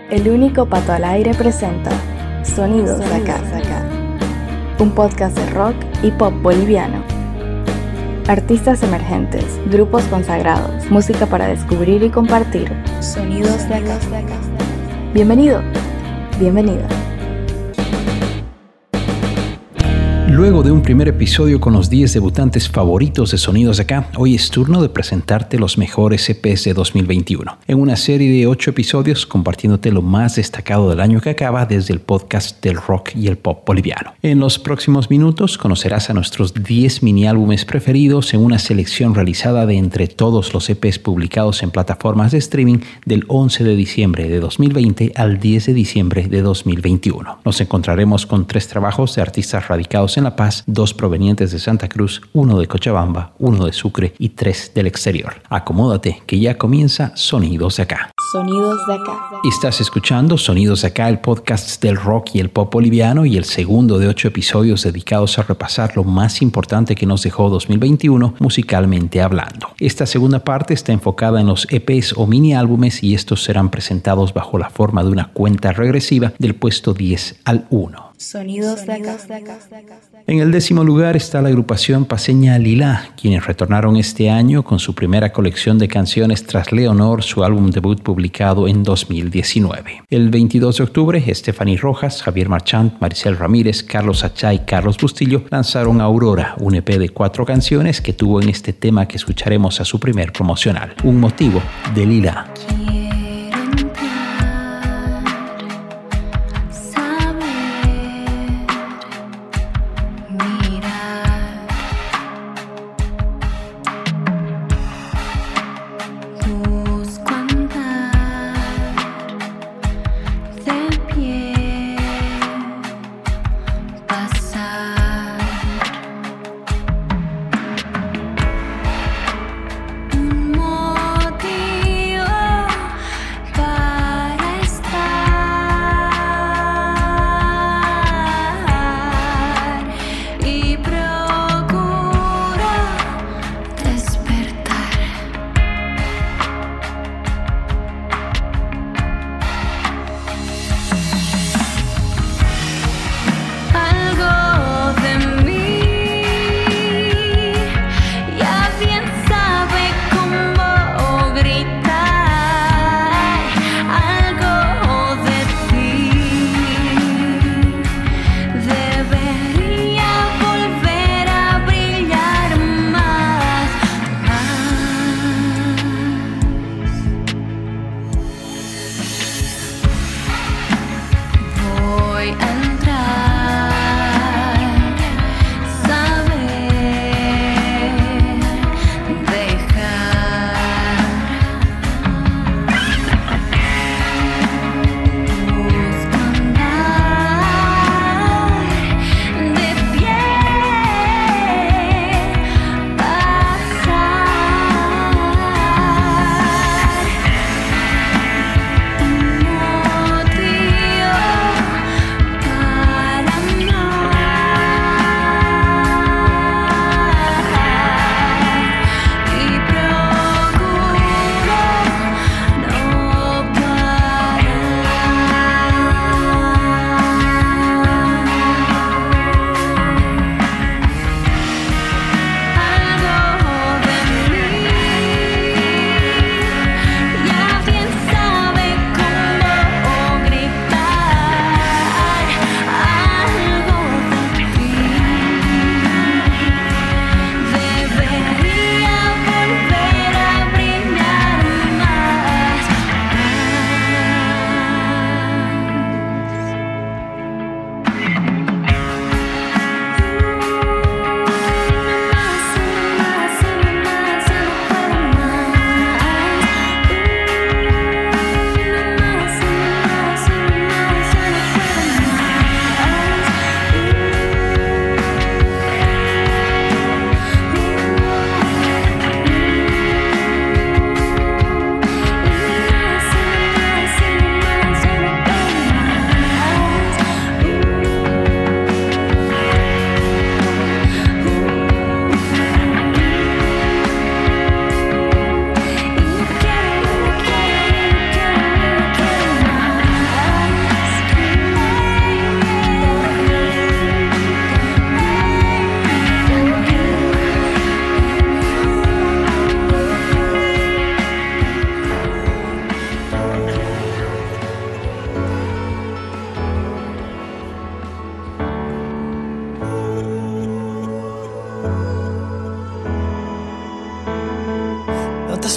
El único pato al aire presenta Sonidos de Acá, un podcast de rock y pop boliviano. Artistas emergentes, grupos consagrados, música para descubrir y compartir. Sonidos de Acá. Bienvenido, bienvenida. Luego de un primer episodio con los 10 debutantes favoritos de Sonidos de Acá, hoy es turno de presentarte los mejores EPs de 2021. En una serie de 8 episodios compartiéndote lo más destacado del año que acaba desde el podcast del rock y el pop boliviano. En los próximos minutos conocerás a nuestros 10 mini álbumes preferidos en una selección realizada de entre todos los EPs publicados en plataformas de streaming del 11 de diciembre de 2020 al 10 de diciembre de 2021. Nos encontraremos con 3 trabajos de artistas radicados en La Paz, 2 provenientes de Santa Cruz, 1 de Cochabamba, 1 de Sucre y 3 del exterior. Acomódate que ya comienza Sonidos de Acá. Sonidos de Acá. Estás escuchando Sonidos de Acá, el podcast del rock y el pop boliviano y el segundo de 8 episodios dedicados a repasar lo más importante que nos dejó 2021 musicalmente hablando. Esta segunda parte está enfocada en los EPs o mini álbumes y estos serán presentados bajo la forma de una cuenta regresiva del puesto 10 al 1. Sonidos de Acá. En el 10º lugar está la agrupación paceña Lila, quienes retornaron este año con su primera colección de canciones tras Leonor, su álbum debut publicado en 2019. El 22 de octubre, Stephanie Rojas, Javier Marchant, Maricel Ramírez, Carlos Achá y Carlos Bustillo lanzaron Aurora, un EP de 4 canciones que tuvo en este tema que escucharemos a su primer promocional, Un motivo de Lila.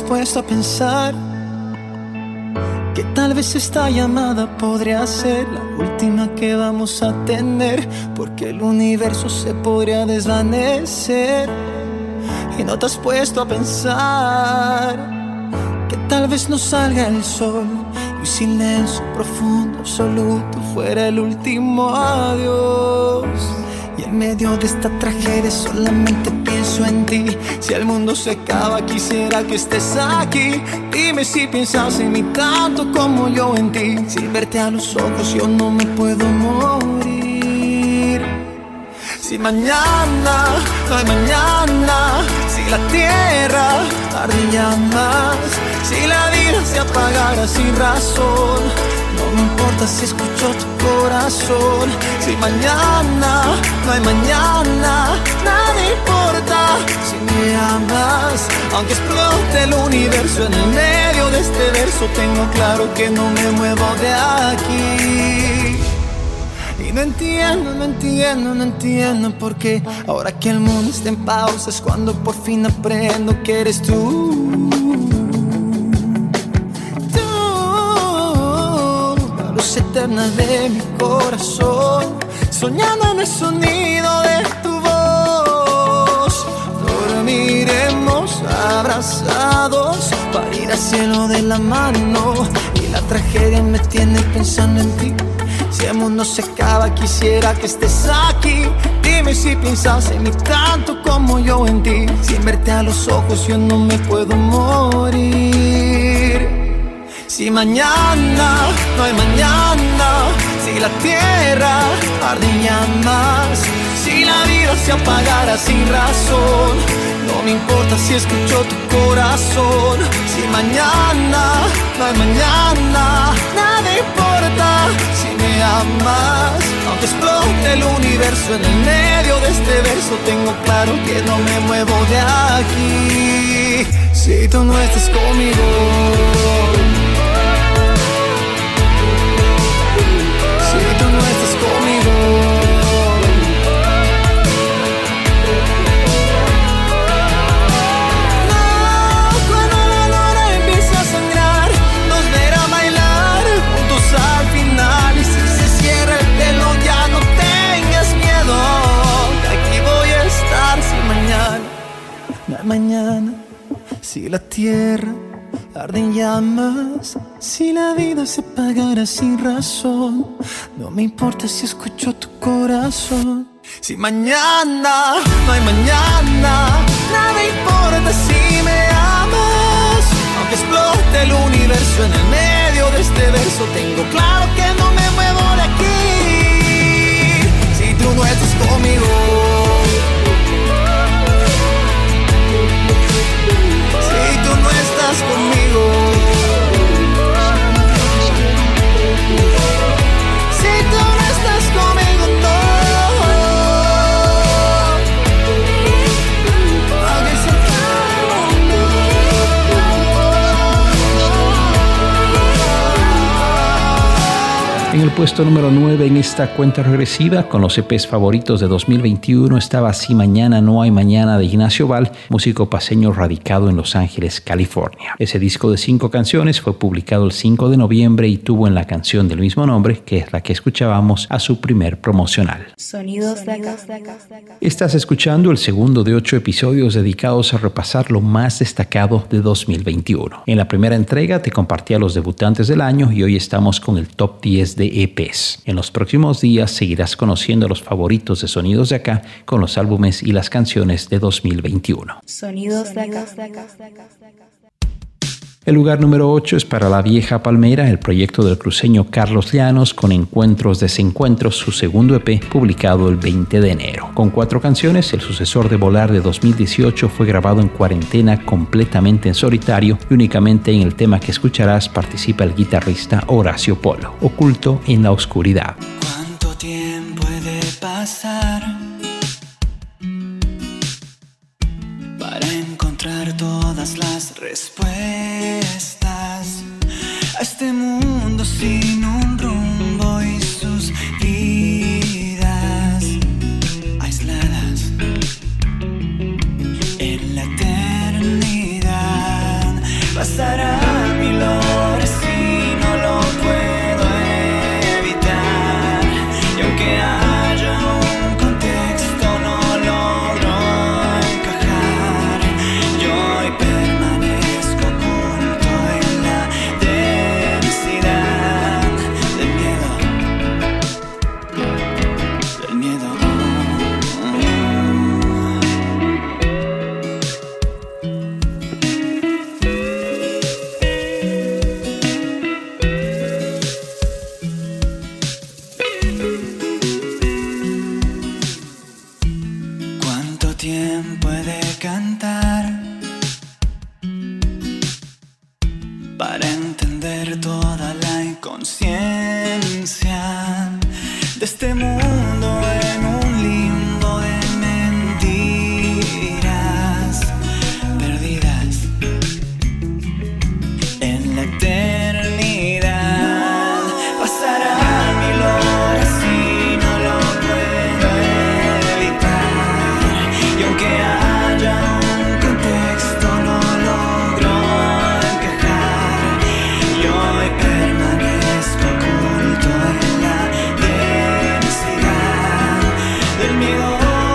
puesto a pensar que tal vez esta llamada podría ser la última que vamos a tener? Porque el universo se podría desvanecer. Y no te has puesto a pensar que tal vez no salga el sol y un silencio profundo, absoluto, fuera el último adiós. Y en medio de esta tragedia solamente pienso en ti. Si el mundo se acaba quisiera que estés aquí. Dime si piensas en mí tanto como yo en ti. Sin verte a los ojos yo no me puedo morir. Si mañana no hay mañana, si la tierra arde en llamas, si la vida se apagara sin razón, no me importa si escucho tu corazón. Si mañana no hay mañana, nada importa si me amas. Aunque explote el universo en el medio de este verso, tengo claro que no me muevo de aquí. Y no entiendo por qué ahora que el mundo está en pausa es cuando por fin aprendo que eres tú. La luz eterna de mi corazón, soñando en el sonido de tu voz. Dormiremos abrazados para ir al cielo de la mano. Y la tragedia me tiene pensando en ti. Si el mundo se acaba quisiera que estés aquí. Dime si piensas en mí tanto como yo en ti. Sin verte a los ojos yo no me puedo morir. Si mañana no hay mañana, si la tierra arde en llamas, si la vida se apagara sin razón, no me importa si escucho tu corazón. Si mañana no hay mañana, nada importa si me amas. Aunque explote el universo en el medio de este verso, tengo claro que no me muevo de aquí. Si tú no estás conmigo, si tú no estás conmigo, mañana, si la tierra arde en llamas, si la vida se apagara sin razón, no me importa si escucho tu corazón. Si mañana no hay mañana, nada importa si me amas. Aunque explote el universo en el medio de este verso, tengo claro que no me muevo de aquí. Si tú no estás conmigo, si tú no estás conmigo, si tú no estás conmigo, no. Aunque se En el puesto número 9 en esta cuenta regresiva con los EPs favoritos de 2021 estaba Si Mañana No Hay Mañana de Ignacio Val, músico paceño radicado en Los Ángeles, California. Ese disco de 5 canciones fue publicado el 5 de noviembre y tuvo en la canción del mismo nombre, que es la que escuchábamos, a su primer promocional. Sonidos de acá. Estás escuchando el segundo de 8 episodios dedicados a repasar lo más destacado de 2021. En la primera entrega te compartí a los debutantes del año y hoy estamos con el top 10 de EPs. En los próximos días seguirás conociendo a los favoritos de Sonidos de Acá con los álbumes y las canciones de 2021. Sonidos de acá. El lugar número 8 es para La Vieja Palmera, el proyecto del cruceño Carlos Llanos con Encuentros Desencuentros, su segundo EP publicado el 20 de enero. Con 4 canciones, el sucesor de Volar de 2018 fue grabado en cuarentena completamente en solitario y únicamente en el tema que escucharás participa el guitarrista Horacio Polo, Oculto en la Oscuridad. ¿Cuánto tiempo he de pasar para encontrar todas las respuestas a este mundo sin un rumbo y sus vidas aisladas en la eternidad? para entender toda la inconsciencia de este mundo en un limbo de mentiras perdidas en la eternidad. Pasarán 1000 horas y no lo puedo evitar, y aunque haya un contexto no logro encajar, y hoy permanezco oculto en la densidad del miedo.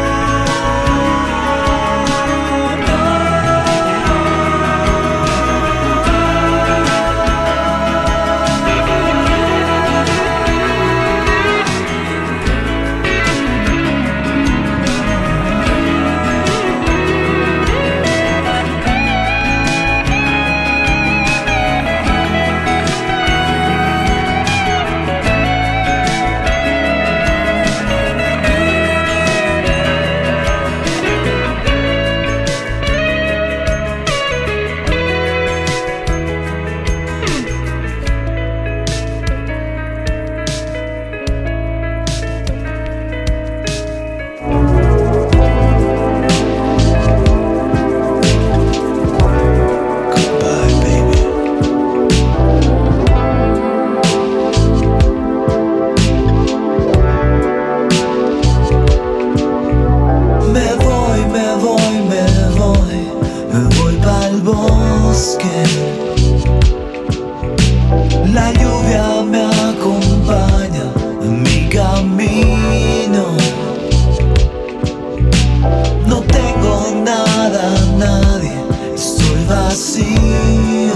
Me voy pa'l bosque. La lluvia me acompaña en mi camino. No tengo nada, nadie, estoy vacío.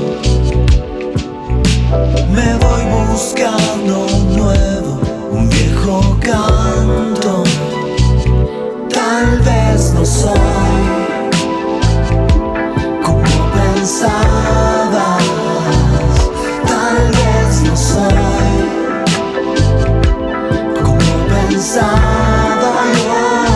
Me voy buscando un nuevo, un viejo canto. Tal vez no soy como pensabas, tal vez no soy como pensaba yo.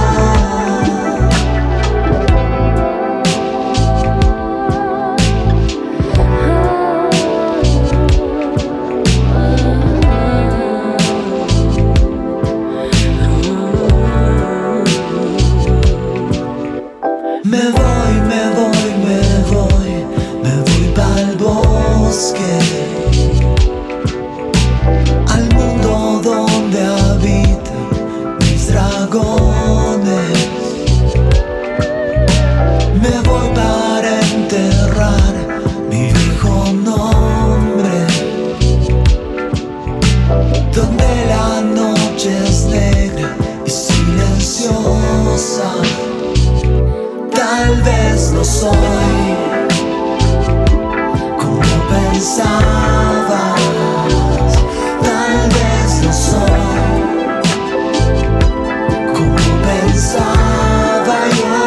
Me voy pa'l bosque, al mundo donde habitan mis dragones. Me voy para enterrar mi viejo nombre, donde la noche es negra y silenciosa. Tal vez no soy como pensabas, tal vez no soy como pensaba yo.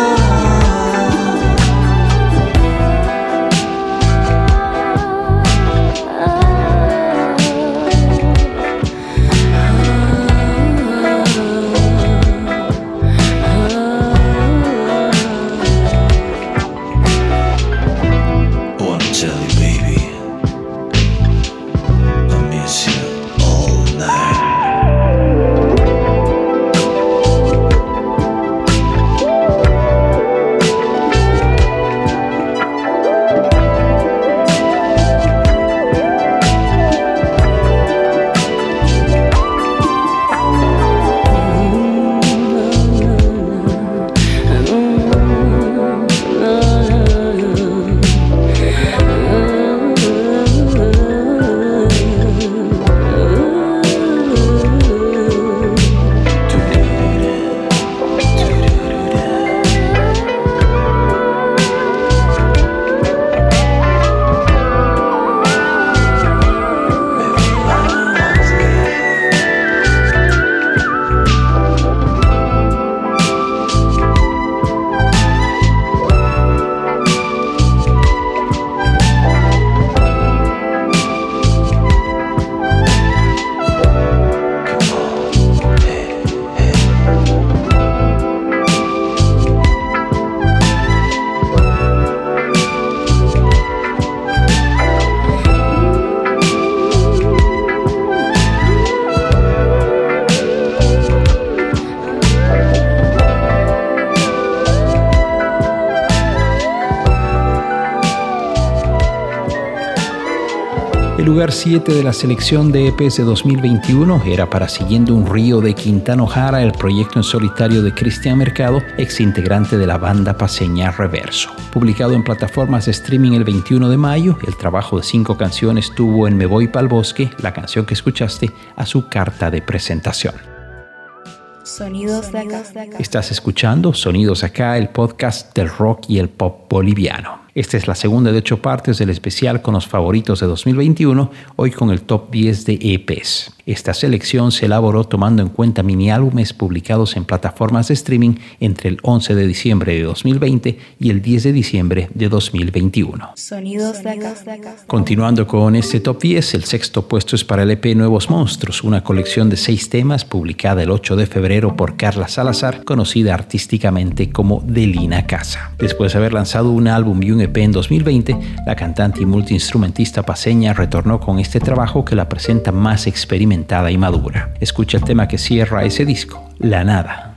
El lugar 7 de la selección de EPs de 2021 era para Siguiendo un río de Quintano Jara, el proyecto en solitario de Cristian Mercado, ex integrante de la banda paceña Reverso. Publicado en plataformas de streaming el 21 de mayo, el trabajo de 5 canciones tuvo en Me Voy Pa'l Bosque, la canción que escuchaste, a su carta de presentación. Sonidos de acá. Estás escuchando Sonidos Acá, el podcast del rock y el pop boliviano. Esta es la segunda de 8 partes del especial con los favoritos de 2021, hoy con el top 10 de EPs. Esta selección se elaboró tomando en cuenta mini álbumes publicados en plataformas de streaming entre el 11 de diciembre de 2020 y el 10 de diciembre de 2021. Sonidos de acá. Continuando con este top 10, el sexto puesto es para el EP Nuevos Monstruos, una colección de 6 temas publicada el 8 de febrero por Carla Salazar, conocida artísticamente como Delina Casa. Después de haber lanzado un álbum y un EP en 2020, la cantante y multiinstrumentista paceña retornó con este trabajo que la presenta más experimentada y madura. Escucha el tema que cierra ese disco, La Nada.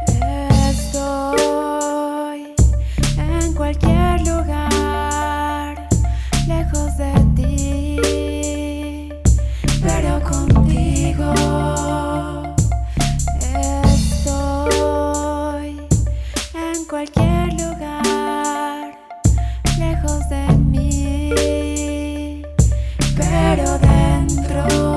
Estoy en cualquier lugar, lejos de ti, pero contigo. Estoy en cualquier lugar, lejos de mí, pero dentro.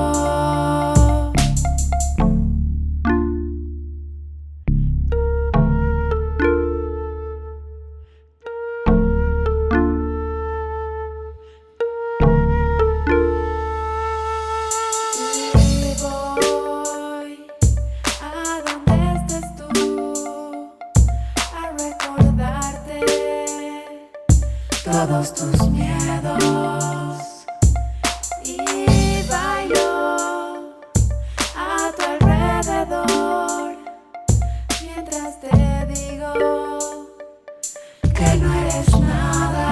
Todos tus miedos y bailo a tu alrededor mientras te digo que no eres nada.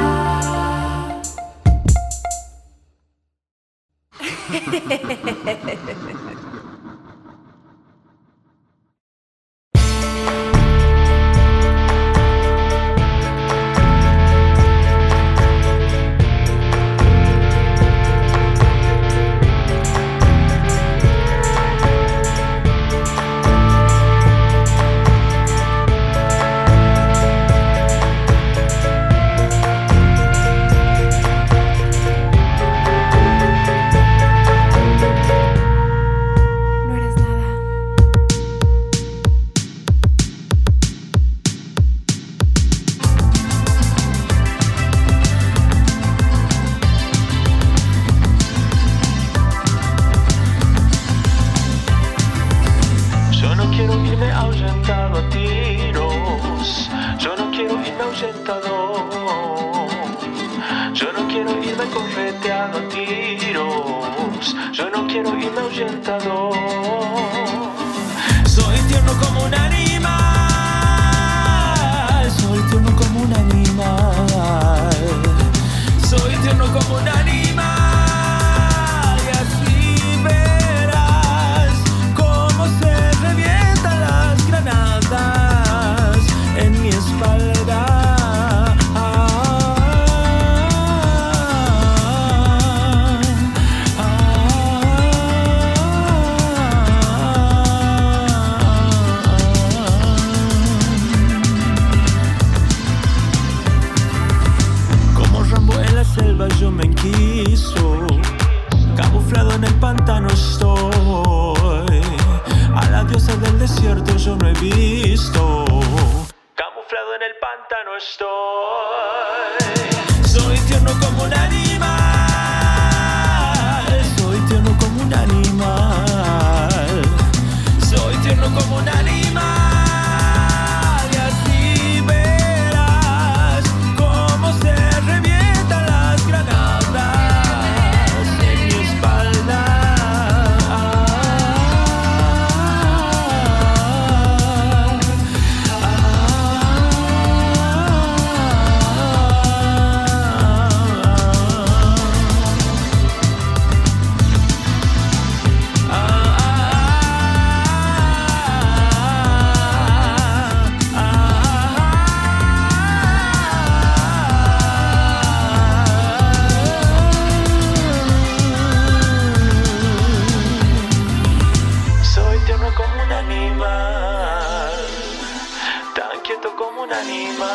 animal,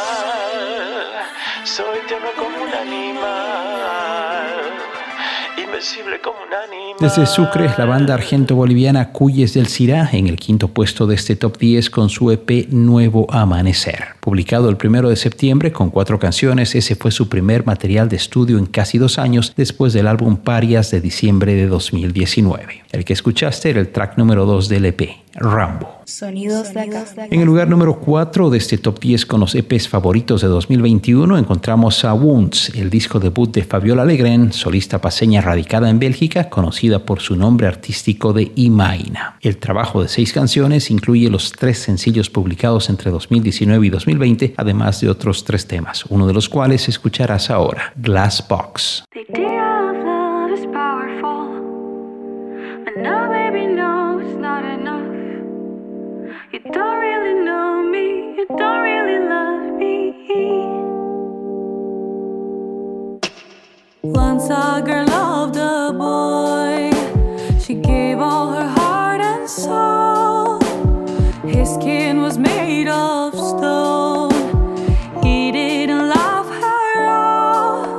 soy tierno como un animal, invencible como un animal. Desde Sucre, la banda argento-boliviana Cuyes del Cirá en el quinto puesto de este top 10 con su EP Nuevo Amanecer. Publicado el 1 de septiembre con 4 canciones, ese fue su primer material de estudio en casi 2 años después del álbum Parias de diciembre de 2019. El que escuchaste era el track número 2 del EP, Rambo. Sonidos de acá. En el lugar número 4 de este top 10 con los EPs favoritos de 2021 encontramos a Wounds, el disco debut de Fabiola Alegren, solista paceña radicada en Bélgica, conocida por su nombre artístico de Imaina. El trabajo de 6 canciones incluye los 3 sencillos publicados entre 2019 y 2020, además de otros 3 temas, uno de los cuales escucharás ahora, Glass Box. The idea of love is powerful, but now baby no, it's not enough. You don't really know me, you don't really love me. Once a girl loved a boy, she gave all her heart and soul. His skin was made of stone, he didn't love her all.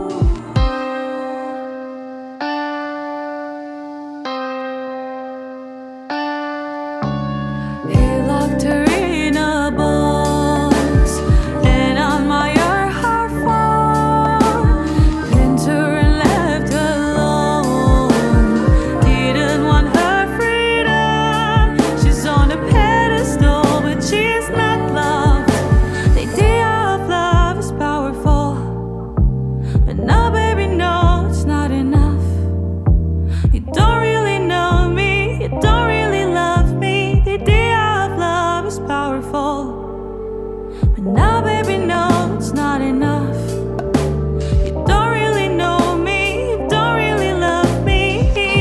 He locked her in a box and admired her fall. Pinned her and left her alone. Didn't want her freedom. She's on a pedestal, but she's not loved. The idea of love is powerful, but no, baby, no, it's not enough. You don't really know me, you don't really love me. The idea of love is powerful, but now, baby, no, it's not enough. You don't really know me, you don't really love me.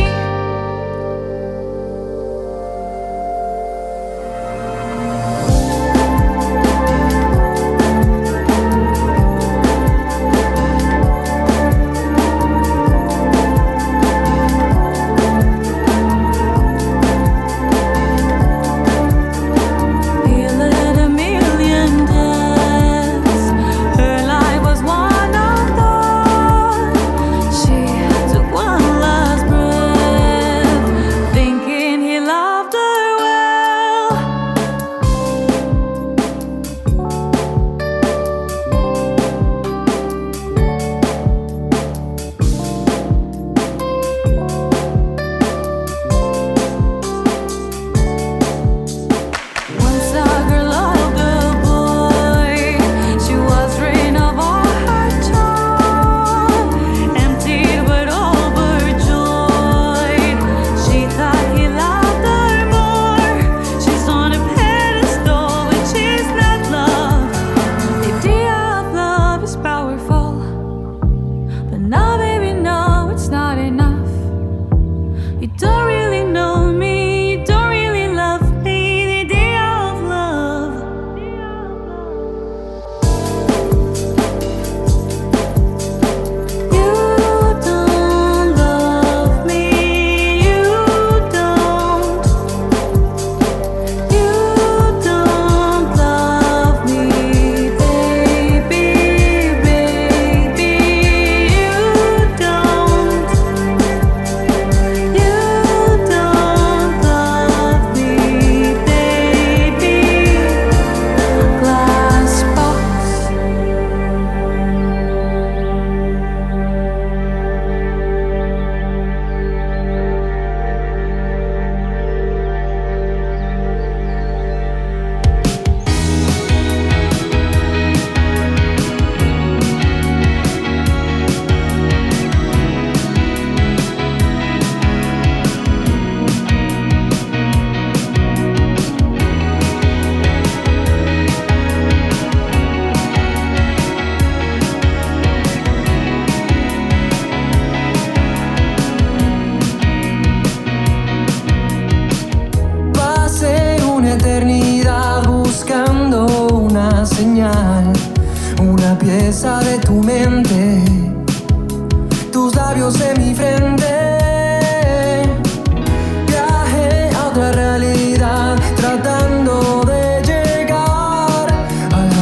He led a million deaths. Her life was one of those. She took one last breath, thinking he loved her well. Once a girl loved a boy, she was drained of all her charm, empty but overjoyed. She thought he loved her more. She's on a pedestal, but she's not loved. The idea of love is powerful, but now, baby, no, it's not enough. You don't really know me, you don't really love me. The idea of love. You don't love me, you don't. You don't love me, baby, baby. You don't. You don't love me, baby. Glass box. Pasé una eternidad buscando una señal, una pieza de tu mente, tus labios en mi frente. Viajé a otra realidad tratando de llegar al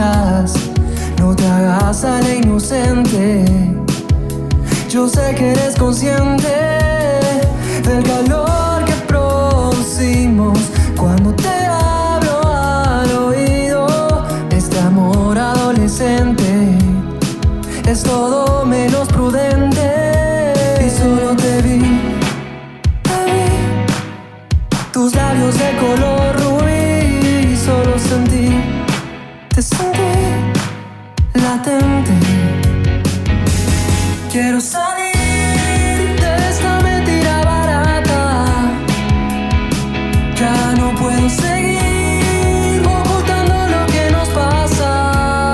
marchas, no te hagas a la inocente. Yo sé que eres consciente del calor que producimos cuando te hablo al oído. Este amor adolescente es todo menos prudente. Y solo te vi, tus labios de color rubí. Y solo te sentí latente. Quiero salir de esta mentira barata. Ya no puedo seguir ocultando lo que nos pasa.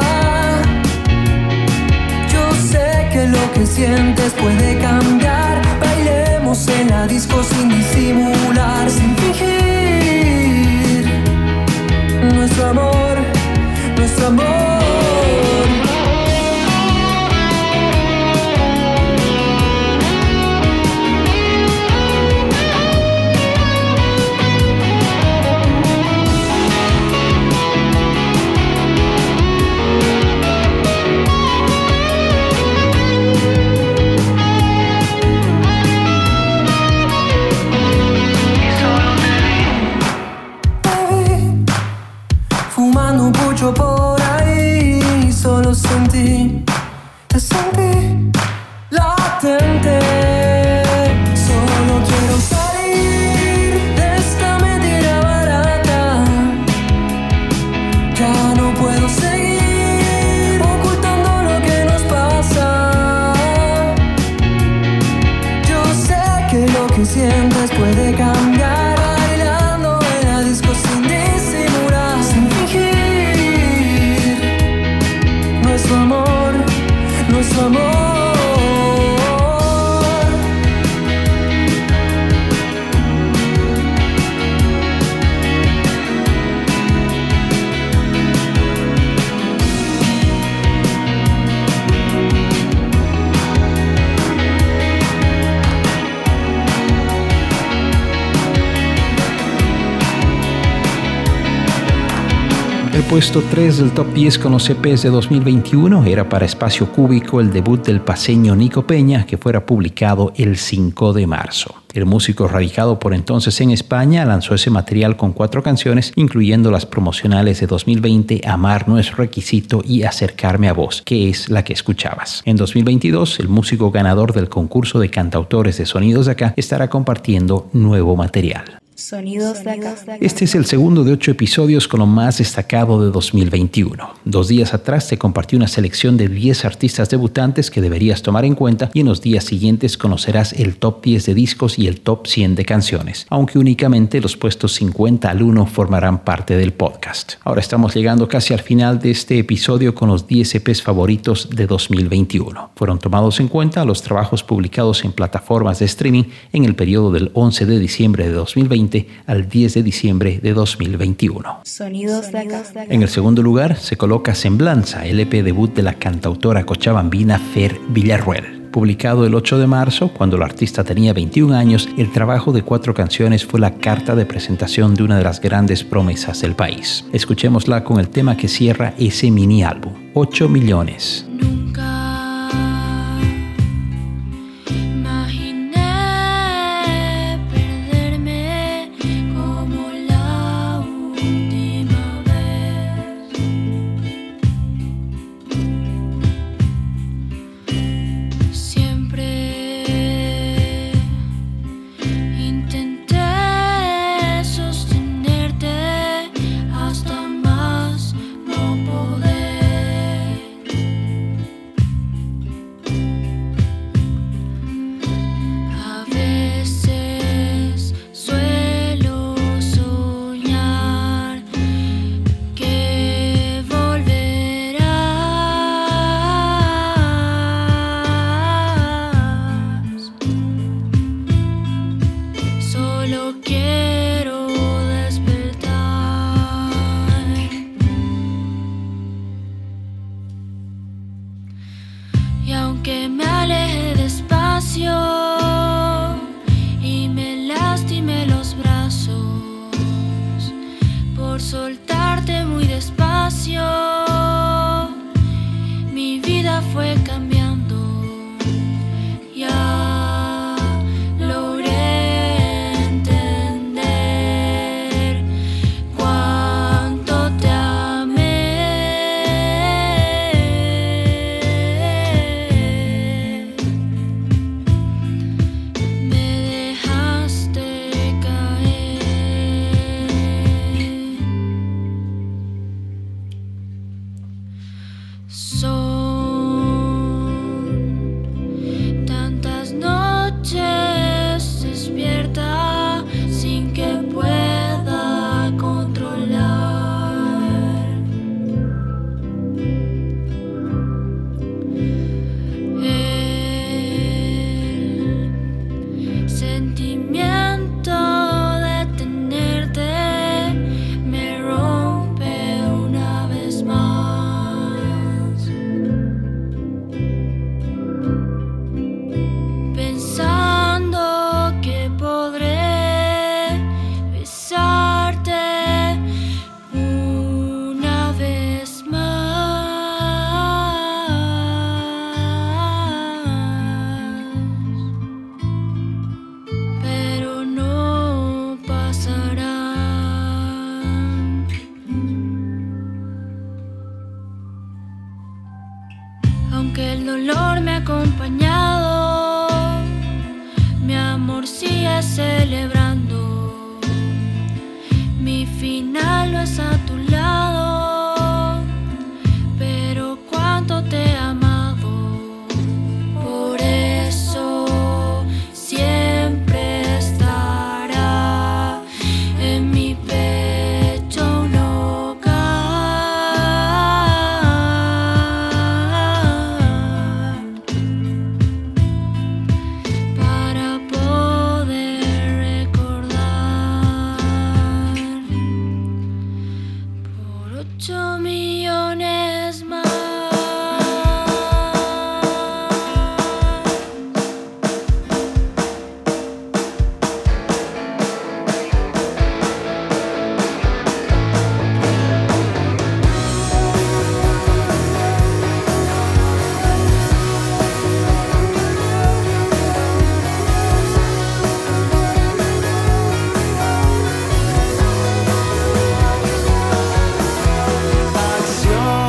Yo sé que lo que sientes puede cambiar. Bailemos en la disco sin disimular, sin fingir. Nuestro amor, nuestro amor. Por ahí solo te sentí latente. Solo quiero salir de esta mentira barata. Ya no puedo seguir ocultando lo que nos pasa. Yo sé que lo que sientes puede cambiar. Bailando en la disco sin disimular, sin fingir. Nuestro amor, nuestro amor. El puesto 3 del Top 10 con los EPs de 2021 era para Espacio Cúbico el debut del paceño Nico Peña, que fuera publicado el 5 de marzo. El músico radicado por entonces en España lanzó ese material con 4 canciones, incluyendo las promocionales de 2020 Amar no es requisito y Acercarme a vos, que es la que escuchabas. En 2022, el músico ganador del concurso de cantautores de Sonidos de Acá estará compartiendo nuevo material. Sonidos de Acá. Este es el segundo de 8 episodios con lo más destacado de 2021. 2 días atrás te compartí una selección de 10 artistas debutantes que deberías tomar en cuenta y en los días siguientes conocerás el top 10 de discos y el top 100 de canciones, aunque únicamente los puestos 50 al 1 formarán parte del podcast. Ahora estamos llegando casi al final de este episodio con los 10 EPs favoritos de 2021. Fueron tomados en cuenta los trabajos publicados en plataformas de streaming en el periodo del 11 de diciembre de 2020 al 10 de diciembre de 2021. Sonidos de Acá. En el segundo lugar se coloca Semblanza, el EP debut de la cantautora cochabambina Fer Villarruel. Publicado el 8 de marzo, cuando el artista tenía 21 años, el trabajo de 4 canciones fue la carta de presentación de una de las grandes promesas del país. Escuchémosla con el tema que cierra ese mini álbum, 8 millones. que me aleje despacio y me lastime los brazos por soltarte muy despacio. que el dolor me ha acompañado, mi amor sigue celebrando. Mi final no es a tu lado, pero cuánto te he amado. Por eso siempre estará en mi pecho un hogar para poder recordar por 8 millones más. Acción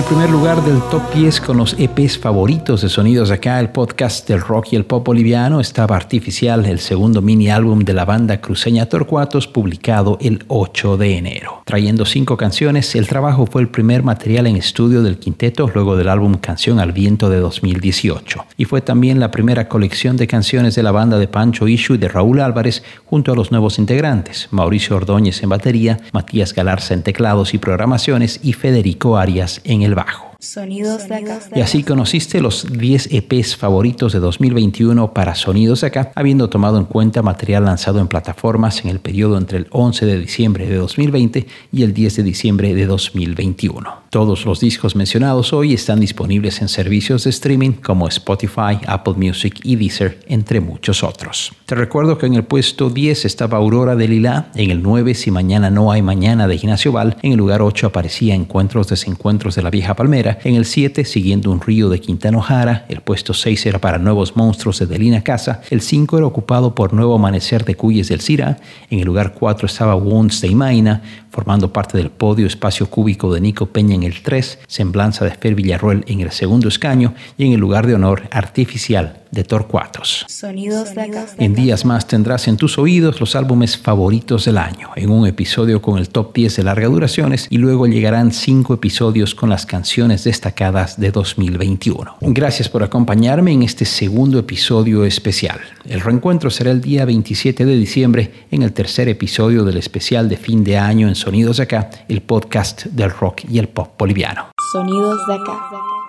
primer lugar del top 10 con los EPs favoritos de Sonidos de Acá, el podcast del rock y el pop boliviano, estaba Artificial, el segundo mini álbum de la banda cruceña Torcuatos, publicado el 8 de enero. Trayendo 5 canciones, el trabajo fue el primer material en estudio del quinteto luego del álbum Canción al Viento de 2018. Y fue también la primera colección de canciones de la banda de Pancho Ishu y de Raúl Álvarez junto a los nuevos integrantes, Mauricio Ordóñez en batería, Matías Galarza en teclados y programaciones y Federico Arias en el bajo. Sonidos de Acá. Y así conociste los 10 EPs favoritos de 2021 para Sonidos de Acá, habiendo tomado en cuenta material lanzado en plataformas en el periodo entre el 11 de diciembre de 2020 y el 10 de diciembre de 2021. Todos los discos mencionados hoy están disponibles en servicios de streaming como Spotify, Apple Music y Deezer, entre muchos otros. Te recuerdo que en el puesto 10 estaba Aurora de Lilá, en el 9 Si Mañana No Hay Mañana de Ignacio Val, en el lugar 8 aparecía Encuentros Desencuentros de la Vieja Palmera, en el 7 Siguiendo un Río de Quintano Jara, el puesto 6 era para Nuevos Monstruos de Delina Casa, el 5 era ocupado por Nuevo Amanecer de Cuyes del Cira, en el lugar 4 estaba Wounds de Imaina, formando parte del podio Espacio Cúbico de Nico Peña en el 3, Semblanza de Fer Villarroel en el segundo escaño y en el lugar de honor Artificial de Torcuatos. Sonidos de Acá. En días más tendrás en tus oídos los álbumes favoritos del año, en un episodio con el top 10 de larga duraciones y luego llegarán 5 episodios con las canciones destacadas de 2021. Gracias por acompañarme en este segundo episodio especial. El reencuentro será el día 27 de diciembre en el tercer episodio del especial de fin de año en Sonidos de Acá, el podcast del rock y el pop boliviano. Sonidos de Acá.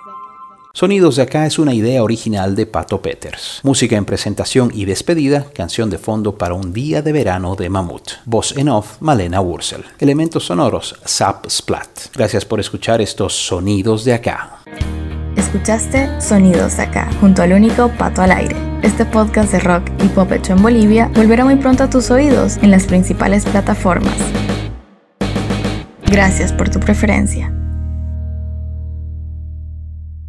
Sonidos de Acá es una idea original de Pato Peters. Música en presentación y despedida, canción de fondo para un día de verano de Mamut. Voz en off, Malena Wurzel. Elementos sonoros, Zap Splat. Gracias por escuchar estos Sonidos de Acá. Escuchaste Sonidos de Acá, junto al único Pato al Aire. Este podcast de rock y pop hecho en Bolivia volverá muy pronto a tus oídos en las principales plataformas. Gracias por tu preferencia.